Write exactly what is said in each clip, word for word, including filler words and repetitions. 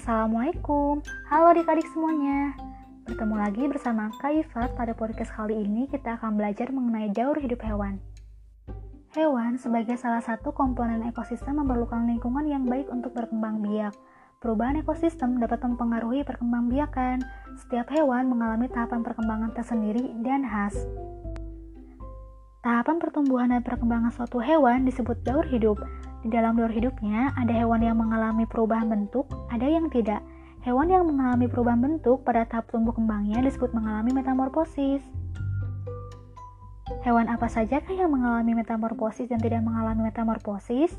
Assalamualaikum, halo adik-adik semuanya. Bertemu lagi bersama Kak Ifat. Pada podcast kali ini kita akan belajar mengenai daur hidup hewan. Hewan sebagai salah satu komponen ekosistem memerlukan lingkungan yang baik untuk berkembang biak. Perubahan ekosistem dapat mempengaruhi perkembangbiakan. Setiap hewan mengalami tahapan perkembangan tersendiri dan khas. Tahapan pertumbuhan dan perkembangan suatu hewan disebut daur hidup. Di dalam daur hidupnya, ada hewan yang mengalami perubahan bentuk, ada yang tidak. Hewan yang mengalami perubahan bentuk pada tahap tumbuh kembangnya disebut mengalami metamorfosis. Hewan apa sajakah yang mengalami metamorfosis dan tidak mengalami metamorfosis?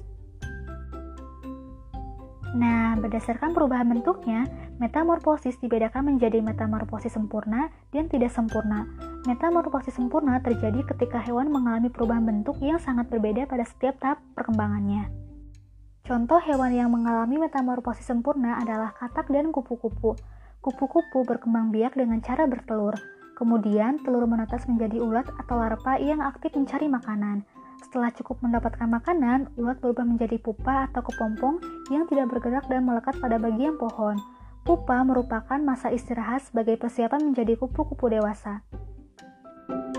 Nah, berdasarkan perubahan bentuknya, metamorfosis dibedakan menjadi metamorfosis sempurna dan tidak sempurna. Metamorfosis sempurna terjadi ketika hewan mengalami perubahan bentuk yang sangat berbeda pada setiap tahap perkembangannya. Contoh hewan yang mengalami metamorfosis sempurna adalah katak dan kupu-kupu. Kupu-kupu berkembang biak dengan cara bertelur. Kemudian, telur menetas menjadi ulat atau larva yang aktif mencari makanan. Setelah cukup mendapatkan makanan, ulat berubah menjadi pupa atau kepompong yang tidak bergerak dan melekat pada bagian pohon. Pupa merupakan masa istirahat sebagai persiapan menjadi kupu-kupu dewasa.